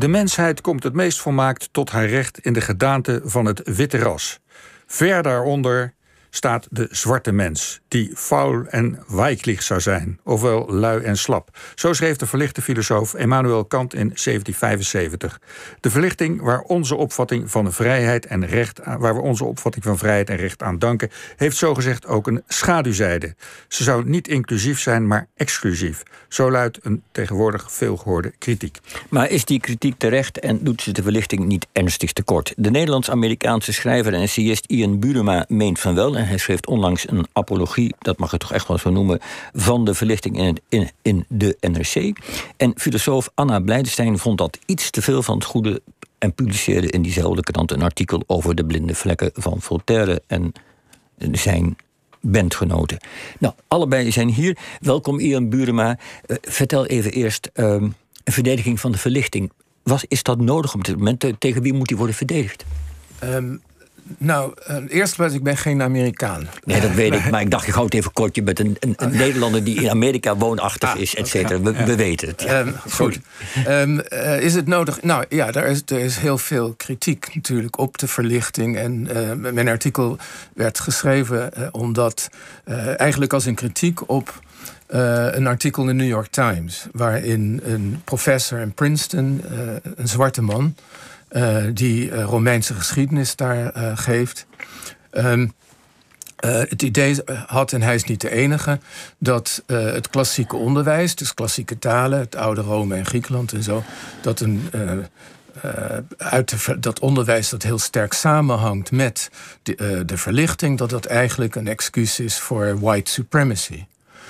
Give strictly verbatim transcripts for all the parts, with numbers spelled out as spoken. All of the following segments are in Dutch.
De mensheid komt het meest volmaakt tot haar recht in de gedaante van het witte ras. Ver daaronder staat de zwarte mens, die faul en weichlich zou zijn, ofwel lui en slap. Zo schreef de verlichte filosoof Immanuel Kant in zeventien vijfenzeventig. De verlichting waar onze opvatting van vrijheid en recht, waar we onze opvatting van vrijheid en recht aan danken, heeft zogezegd ook een schaduwzijde. Ze zou niet inclusief zijn, maar exclusief. Zo luidt een tegenwoordig veelgehoorde kritiek. Maar is die kritiek terecht en doet ze de verlichting niet ernstig tekort? De Nederlands-Amerikaanse schrijver en essayist Ian Buruma meent van wel. En hij schreef onlangs een apologie, dat mag je toch echt wel zo noemen, van de verlichting in, het, in, in de N R C. En filosoof Anna Blijdenstein vond dat iets te veel van het goede en publiceerde in diezelfde krant een artikel over de blinde vlekken van Voltaire en zijn bandgenoten. Nou, allebei zijn hier. Welkom Ian Buruma. Uh, vertel even eerst uh, een verdediging van de verlichting. Was, is dat nodig op dit moment? Tegen wie moet die worden verdedigd? Um, nou, uh, eerst was ik ben geen Amerikaan. Nee, dat weet ik. Maar ik dacht, je houdt even kort. Je bent een, een, een Nederlander die in Amerika woonachtig is, et cetera. We, we weten het. Ja, um, goed. Um, uh, is het nodig? Nou ja, er is, er is heel veel kritiek natuurlijk op de verlichting. En uh, mijn artikel werd geschreven uh, omdat uh, eigenlijk als een kritiek op Uh, een artikel in de New York Times, waarin een professor in Princeton, uh, een zwarte man, uh, die uh, Romeinse geschiedenis daar uh, geeft, um, uh, het idee had, en hij is niet de enige, dat uh, het klassieke onderwijs, dus klassieke talen, het oude Rome en Griekenland en zo, dat een uh, Uh, uit de, dat onderwijs dat heel sterk samenhangt met de, uh, de verlichting, dat dat eigenlijk een excuus is voor white supremacy.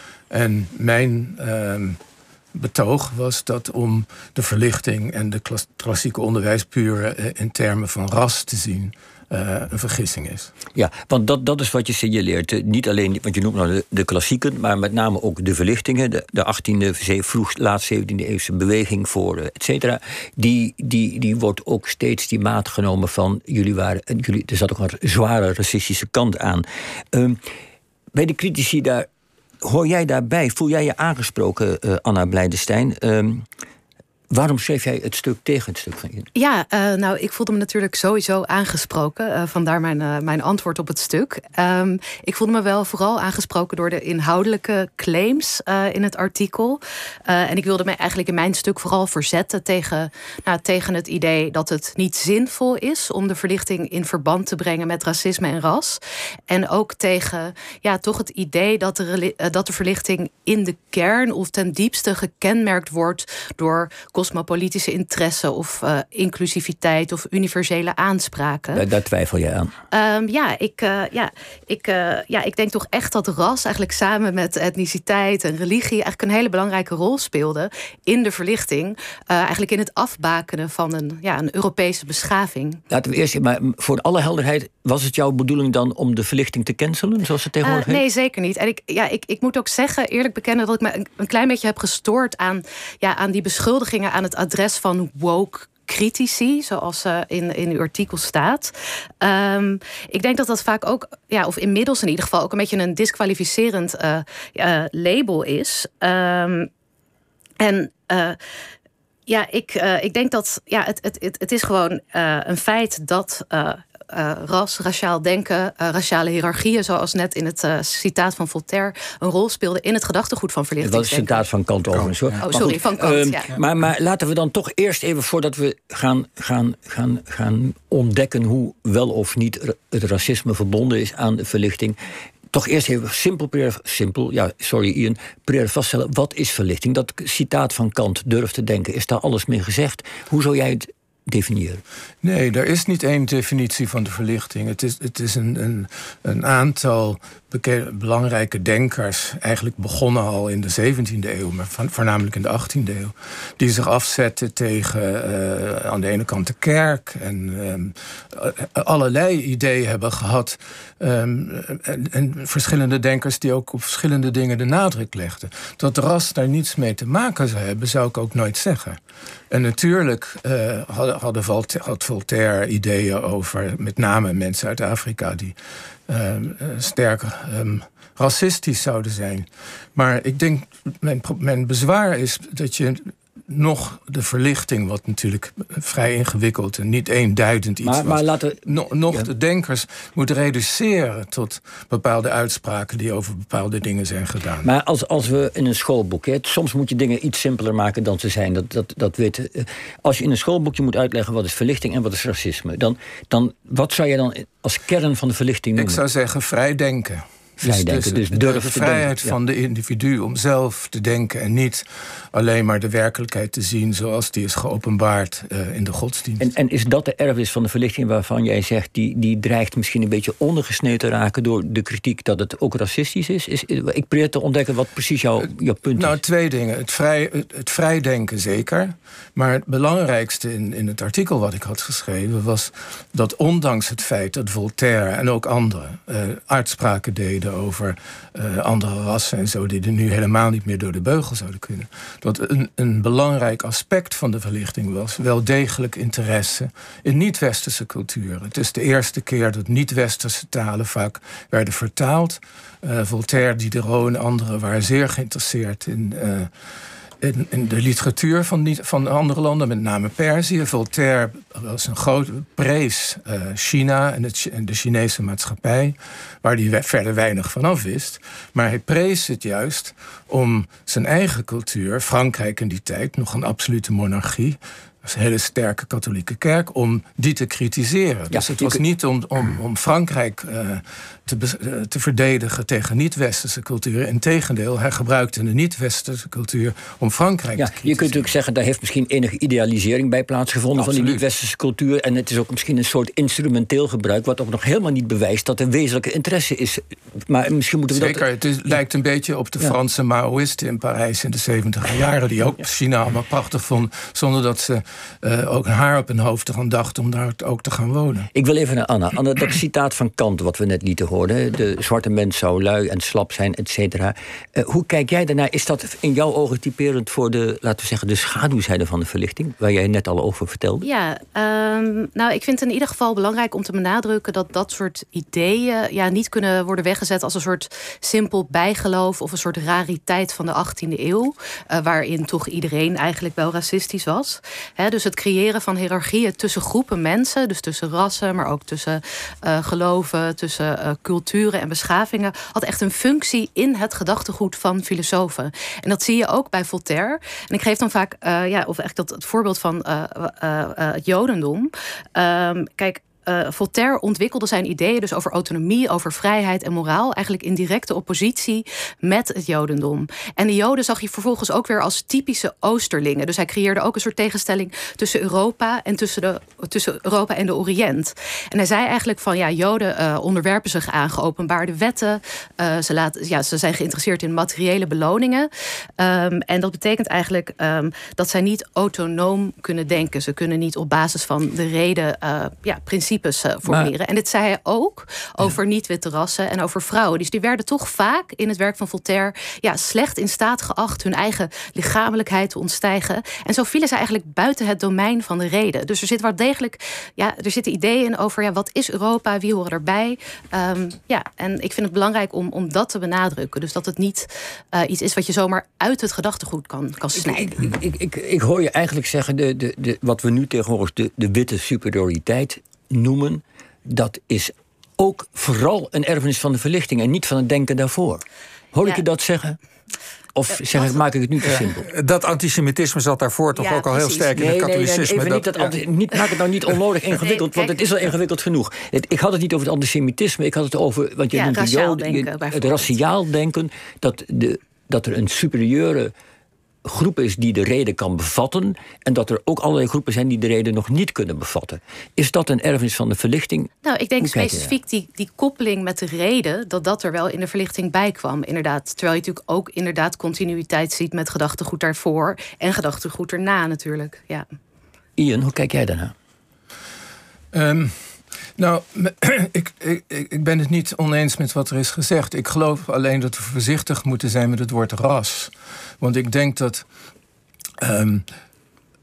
En mijn uh, betoog was dat om de verlichting en de klas- klassieke onderwijs puur uh, in termen van ras te zien, Uh, een vergissing is. Ja, want dat, dat is wat je signaleert. Niet alleen, want je noemt nou de, de klassieken, maar met name ook de verlichtingen, de, de achttiende, vroeg, laat zeventiende eeuwse beweging voor, et cetera. Die, die, die wordt ook steeds die maat genomen van jullie waren, jullie, er zat ook een zware racistische kant aan. Um, bij de critici daar, hoor jij daarbij, voel jij je aangesproken, uh, Anna Blijdenstein? Um, Waarom schreef jij het stuk tegen het stuk van je? Ja, uh, nou, ik voelde me natuurlijk sowieso aangesproken. Uh, vandaar mijn, uh, mijn antwoord op het stuk. Um, ik voelde me wel vooral aangesproken door de inhoudelijke claims uh, in het artikel. Uh, en ik wilde me eigenlijk in mijn stuk vooral verzetten tegen, nou, tegen het idee dat het niet zinvol is om de verlichting in verband te brengen met racisme en ras. En ook tegen, ja, toch het idee dat de, uh, dat de verlichting in de kern of ten diepste gekenmerkt wordt door cosmopolitische interesse of uh, inclusiviteit of universele aanspraken. Daar, daar twijfel je aan. Um, ja, ik, uh, ja, ik, uh, ja, ik denk toch echt dat ras eigenlijk samen met etniciteit en religie eigenlijk een hele belangrijke rol speelde in de verlichting. Uh, eigenlijk in het afbakenen van een, ja, een Europese beschaving. Laten we eerst, maar voor alle helderheid, was het jouw bedoeling dan om de verlichting te cancelen, zoals het tegenwoordig uh, heet? Nee, zeker niet. En ik, ja, ik, ik moet ook zeggen, eerlijk bekennen, dat ik me een, een klein beetje heb gestoord aan, ja, aan die beschuldigingen aan het adres van woke critici, zoals uh, in, in uw artikel staat. Um, ik denk dat dat vaak ook, ja, of inmiddels in ieder geval, ook een beetje een disqualificerend uh, uh, label is. Um, en uh, ja, ik, uh, ik denk dat ja, het, het, het, het is gewoon uh, een feit dat Uh, Uh, ras, raciaal denken, uh, raciale hiërarchieën, zoals net in het uh, citaat van Voltaire, een rol speelden in het gedachtegoed van verlichtingsdenken. Dat is het citaat van Kant overigens. Hoor. Oh, sorry, goed, van Kant, um, ja. Maar, maar laten we dan toch eerst even, voordat we gaan, gaan, gaan, gaan ontdekken hoe wel of niet het racisme verbonden is aan de verlichting, toch eerst even simpel, simpel ja, sorry Ian, proberen vaststellen, wat is verlichting? Dat citaat van Kant, durf te denken, is daar alles mee gezegd? Hoe zou jij het definiëren? Nee, er is niet één definitie van de verlichting. Het is, het is een, een, een aantal beke- belangrijke denkers, eigenlijk begonnen al in de zeventiende eeuw, maar van, voornamelijk in de achttiende eeuw, die zich afzetten tegen uh, aan de ene kant de kerk en um, allerlei ideeën hebben gehad. Um, en, en verschillende denkers die ook op verschillende dingen de nadruk legden. Dat ras daar niets mee te maken zou hebben, zou ik ook nooit zeggen. En natuurlijk uh, hadden, hadden Voltaire, had Voltaire ideeën over met name mensen uit Afrika die uh, sterk um, racistisch zouden zijn. Maar ik denk, mijn, mijn bezwaar is dat je nog de verlichting, wat natuurlijk vrij ingewikkeld en niet eenduidend iets maar, was. Maar laten, no, nog ja. de denkers moet reduceren tot bepaalde uitspraken die over bepaalde dingen zijn gedaan. Maar als, als we in een schoolboek, hè, soms moet je dingen iets simpeler maken dan ze zijn. Dat, dat, dat weten. Als je in een schoolboekje moet uitleggen wat is verlichting en wat is racisme, dan, dan wat zou je dan als kern van de verlichting noemen? Ik zou zeggen vrij denken. Vrij denken, dus, dus durf de te vrijheid denken, ja. van de individu om zelf te denken en niet alleen maar de werkelijkheid te zien zoals die is geopenbaard uh, in de godsdienst. En, en is dat de erfenis van de verlichting waarvan jij zegt, die, die dreigt misschien een beetje ondergesneden te raken door de kritiek dat het ook racistisch is? is ik probeer te ontdekken wat precies jouw, jouw punt nou, is. twee dingen. Het, vrij, het, het vrijdenken zeker. Maar het belangrijkste in, in het artikel wat ik had geschreven was dat ondanks het feit dat Voltaire en ook anderen uh, uitspraken deden over uh, andere rassen en zo, die er nu helemaal niet meer door de beugel zouden kunnen. Dat een, een belangrijk aspect van de verlichting was wel degelijk interesse in niet-westerse culturen. Het is de eerste keer dat niet-westerse talen vaak werden vertaald. Uh, Voltaire, Diderot en anderen waren zeer geïnteresseerd in Uh, In, in de literatuur van, niet, van andere landen, met name Perzië. Voltaire was een groot prees uh, China en, het, en de Chinese maatschappij, waar hij verder weinig van af wist. Maar hij prees het juist om zijn eigen cultuur, Frankrijk in die tijd, nog een absolute monarchie, een hele sterke katholieke kerk, om die te kritiseren. Ja, dus het was kunt... niet om, om, om Frankrijk uh, te, uh, te verdedigen tegen niet-westerse culturen. Integendeel, hij gebruikte de niet-westerse cultuur om Frankrijk ja, te kritiseren. Je kunt natuurlijk zeggen, daar heeft misschien enige idealisering bij plaatsgevonden Absoluut. van die niet-westerse cultuur. En het is ook misschien een soort instrumenteel gebruik, wat ook nog helemaal niet bewijst dat er wezenlijke interesse is. Maar misschien moeten we Zeker, dat... het is, lijkt een beetje op de Ja. Franse Maoïsten in Parijs in de zeventiger jaren, die ook China allemaal prachtig vonden, zonder dat ze uh, ook een haar op hun hoofd eraan dachten om daar ook te gaan wonen. Ik wil even naar Anna. Anna, dat citaat van Kant, wat we net lieten horen, de zwarte mens zou lui en slap zijn, et cetera. Uh, hoe kijk jij daarnaar? Is dat in jouw ogen typerend voor de, laten we zeggen, de schaduwzijde van de verlichting, waar jij net al over vertelde? Ja, um, nou, ik vind het in ieder geval belangrijk om te benadrukken dat dat soort ideeën ja, niet kunnen worden weggezet als een soort simpel bijgeloof of een soort rariteit van de achttiende eeuw, uh, waarin toch iedereen eigenlijk wel racistisch was. He, dus het creëren van hiërarchieën tussen groepen mensen, dus tussen rassen, maar ook tussen uh, geloven, tussen uh, culturen en beschavingen, had echt een functie in het gedachtegoed van filosofen. En dat zie je ook bij Voltaire. En ik geef dan vaak, uh, ja, of echt dat het voorbeeld van uh, uh, uh, het Jodendom. Um, kijk. Uh, Voltaire ontwikkelde zijn ideeën dus over autonomie, over vrijheid en moraal, eigenlijk in directe oppositie met het Jodendom. En de Joden zag je vervolgens ook weer als typische Oosterlingen. Dus hij creëerde ook een soort tegenstelling tussen Europa en tussen, de, tussen Europa en de Oriënt. En hij zei eigenlijk van ja, Joden uh, onderwerpen zich aan geopenbaarde wetten. Uh, ze, laten, ja, ze zijn geïnteresseerd in materiële beloningen. Um, en dat betekent eigenlijk um, dat zij niet autonoom kunnen denken. Ze kunnen niet op basis van de reden, uh, ja, principes formuleren. Maar, en dit zei hij ook over ja. niet-witte rassen en over vrouwen. Dus die werden toch vaak in het werk van Voltaire ja, slecht in staat geacht hun eigen lichamelijkheid te ontstijgen. En zo vielen ze eigenlijk buiten het domein van de reden. Dus er zit wel degelijk, ja, er zitten ideeën in over ja, wat is Europa, wie horen erbij. Um, ja, en ik vind het belangrijk om, om dat te benadrukken. Dus dat het niet uh, iets is wat je zomaar uit het gedachtegoed kan, kan snijden. Ik, ik, ik, ik, ik hoor je eigenlijk zeggen, de, de, de, wat we nu tegenwoordig de, de witte superioriteit noemen, dat is ook vooral een erfenis van de verlichting en niet van het denken daarvoor. Hoor ja. ik je dat zeggen? Of zeg ik, maak ik het nu te simpel? Ja, dat antisemitisme zat daarvoor toch ja, ook al precies. heel sterk in nee, het katholicisme. Nee, nee, even dat, niet dat, ja. niet, maak het nou niet onnodig ingewikkeld, nee, want het is al ingewikkeld genoeg. Ik had het niet over het antisemitisme, ik had het over, want je ja, noemt de Joden, denken, het raciaal denken, dat, de, dat er een superieure groep is die de reden kan bevatten en dat er ook allerlei groepen zijn die de reden nog niet kunnen bevatten. Is dat een erfenis van de verlichting? Nou, ik denk specifiek die, die koppeling met de reden, dat dat er wel in de verlichting bij kwam, inderdaad. Terwijl je natuurlijk ook inderdaad continuïteit ziet met gedachtegoed daarvoor en gedachtegoed erna natuurlijk, ja. Ian, hoe kijk jij daarna? Um, nou, ik, ik, ik ben het niet oneens met wat er is gezegd. Ik geloof alleen dat we voorzichtig moeten zijn met het woord ras. Want ik denk dat um,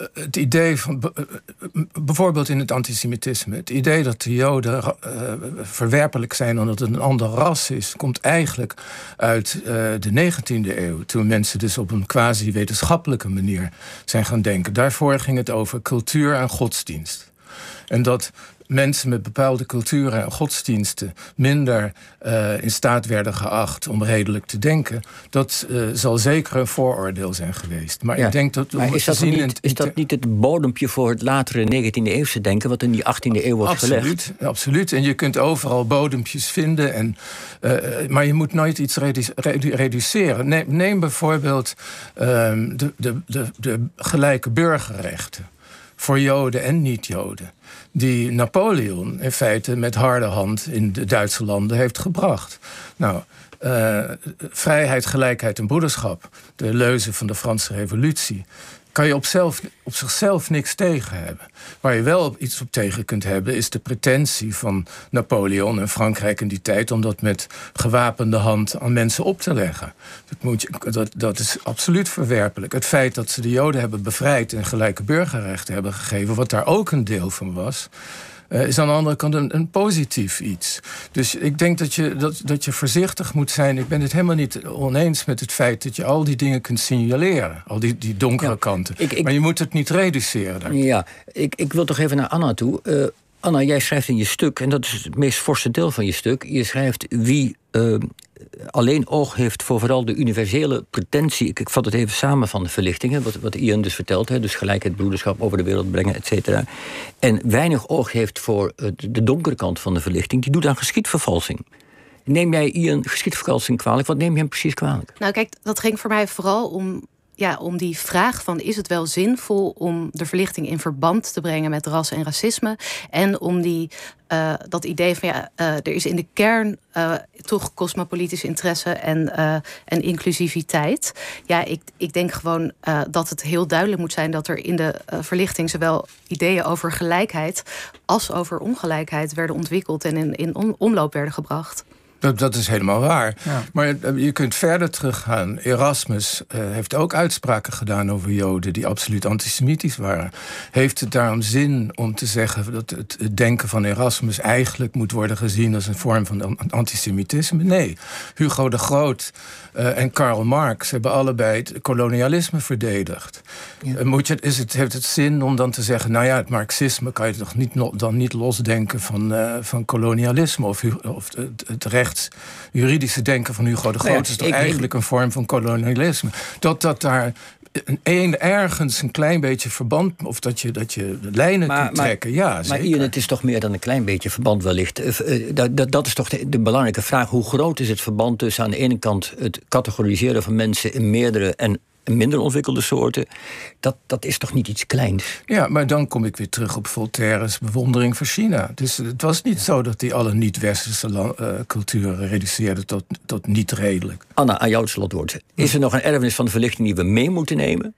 het idee van, bijvoorbeeld in het antisemitisme, het idee dat de Joden uh, verwerpelijk zijn omdat het een ander ras is, komt eigenlijk uit uh, de negentiende eeuw. Toen mensen dus op een quasi-wetenschappelijke manier zijn gaan denken. Daarvoor ging het over cultuur en godsdienst. En dat mensen met bepaalde culturen en godsdiensten minder uh, in staat werden geacht om redelijk te denken, dat uh, zal zeker een vooroordeel zijn geweest. Maar ja, ik denk dat... Maar is dat, niet, het, is dat niet het bodempje voor het latere negentiende eeuwse denken, wat in die achttiende eeuw wordt absoluut, gelegd? Absoluut. En je kunt overal bodempjes vinden. En, uh, maar je moet nooit iets redu- redu- reduceren. Neem, neem bijvoorbeeld uh, de, de, de, de gelijke burgerrechten voor Joden en niet-Joden, die Napoleon in feite met harde hand in de Duitse landen heeft gebracht. Nou, uh, vrijheid, gelijkheid en broederschap, de leuze van de Franse Revolutie, kan je op, zelf, op zichzelf niks tegen hebben. Waar je wel iets op tegen kunt hebben, is de pretentie van Napoleon en Frankrijk in die tijd om dat met gewapende hand aan mensen op te leggen. Dat, moet je, dat, dat is absoluut verwerpelijk. Het feit dat ze de Joden hebben bevrijd en gelijke burgerrechten hebben gegeven, wat daar ook een deel van was, Uh, is aan de andere kant een, een positief iets. Dus ik denk dat je, dat, dat je voorzichtig moet zijn. Ik ben het helemaal niet oneens met het feit dat je al die dingen kunt signaleren. Al die, die donkere ja, kanten. Ik, ik, maar je moet het niet reduceren. Daar. Ja, ik, ik wil toch even naar Anna toe. Uh, Anna, jij schrijft in je stuk, en dat is het meest forse deel van je stuk, je schrijft wie uh, alleen oog heeft voor vooral de universele pretentie, ik, ik vat het even samen van de verlichtingen, wat, wat Ian dus vertelt, hè, dus gelijkheid, broederschap over de wereld brengen, et cetera. En weinig oog heeft voor uh, de donkere kant van de verlichting, die doet aan geschiedvervalsing. Neem jij Ian geschiedvervalsing kwalijk? Wat neem je hem precies kwalijk? Nou kijk, dat ging voor mij vooral om, ja, om die vraag van, is het wel zinvol om de verlichting in verband te brengen met ras en racisme? En om die, uh, dat idee van, ja, uh, er is in de kern uh, toch cosmopolitische interesse en, uh, en inclusiviteit. Ja, ik, ik denk gewoon uh, dat het heel duidelijk moet zijn dat er in de uh, verlichting zowel ideeën over gelijkheid als over ongelijkheid werden ontwikkeld en in, in om, omloop werden gebracht. Dat, dat is helemaal waar. Ja. Maar je kunt verder teruggaan. Erasmus uh, heeft ook uitspraken gedaan over Joden die absoluut antisemitisch waren. Heeft het daarom zin om te zeggen dat het, het denken van Erasmus eigenlijk moet worden gezien als een vorm van antisemitisme? Nee. Hugo de Groot uh, en Karl Marx hebben allebei het kolonialisme verdedigd. Ja. Uh, moet je, is het, heeft het zin om dan te zeggen, nou ja, het marxisme kan je toch niet, dan niet losdenken van, uh, van kolonialisme of, of het, het recht. Juridische denken van Hugo de Groot, nee, is toch ik, eigenlijk ik, een vorm van kolonialisme. Dat dat daar een, een, ergens een klein beetje verband, of dat je, dat je de lijnen maar, kunt trekken, maar, ja, zeker. Maar Ian, het is toch meer dan een klein beetje verband wellicht. Uh, dat, dat, dat is toch de, de belangrijke vraag. Hoe groot is het verband tussen aan de ene kant het categoriseren van mensen in meerdere en minder ontwikkelde soorten, dat, dat is toch niet iets kleins? Ja, maar dan kom ik weer terug op Voltaire's bewondering voor China. Dus het was niet zo dat hij alle niet-westerse uh, culturen reduceerde tot, tot niet redelijk. Anna, aan jou het slotwoord. Is er nog een erfenis van de verlichting die we mee moeten nemen?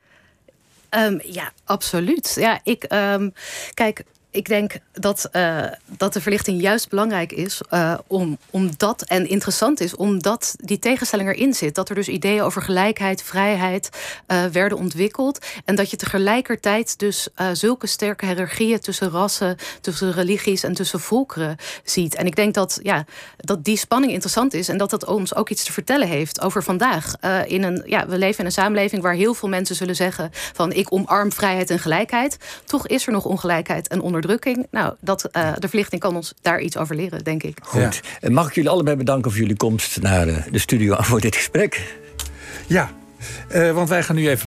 Um, ja, absoluut. Ja, ik, um, kijk, ik denk dat, uh, dat de verlichting juist belangrijk is, uh, om, omdat, en interessant is, omdat die tegenstelling erin zit. Dat er dus ideeën over gelijkheid, vrijheid uh, werden ontwikkeld. En dat je tegelijkertijd dus uh, zulke sterke hiërarchieën tussen rassen, tussen religies en tussen volkeren ziet. En ik denk dat, ja, dat die spanning interessant is en dat dat ons ook iets te vertellen heeft over vandaag. Uh, in een, ja, we leven in een samenleving waar heel veel mensen zullen zeggen van ik omarm vrijheid en gelijkheid. Toch is er nog ongelijkheid en onderdrukking. Nou, dat, uh, de verlichting kan ons daar iets over leren, denk ik. Goed. Ja. Mag ik jullie allebei bedanken voor jullie komst naar de, de studio voor dit gesprek? Ja, uh, want wij gaan nu even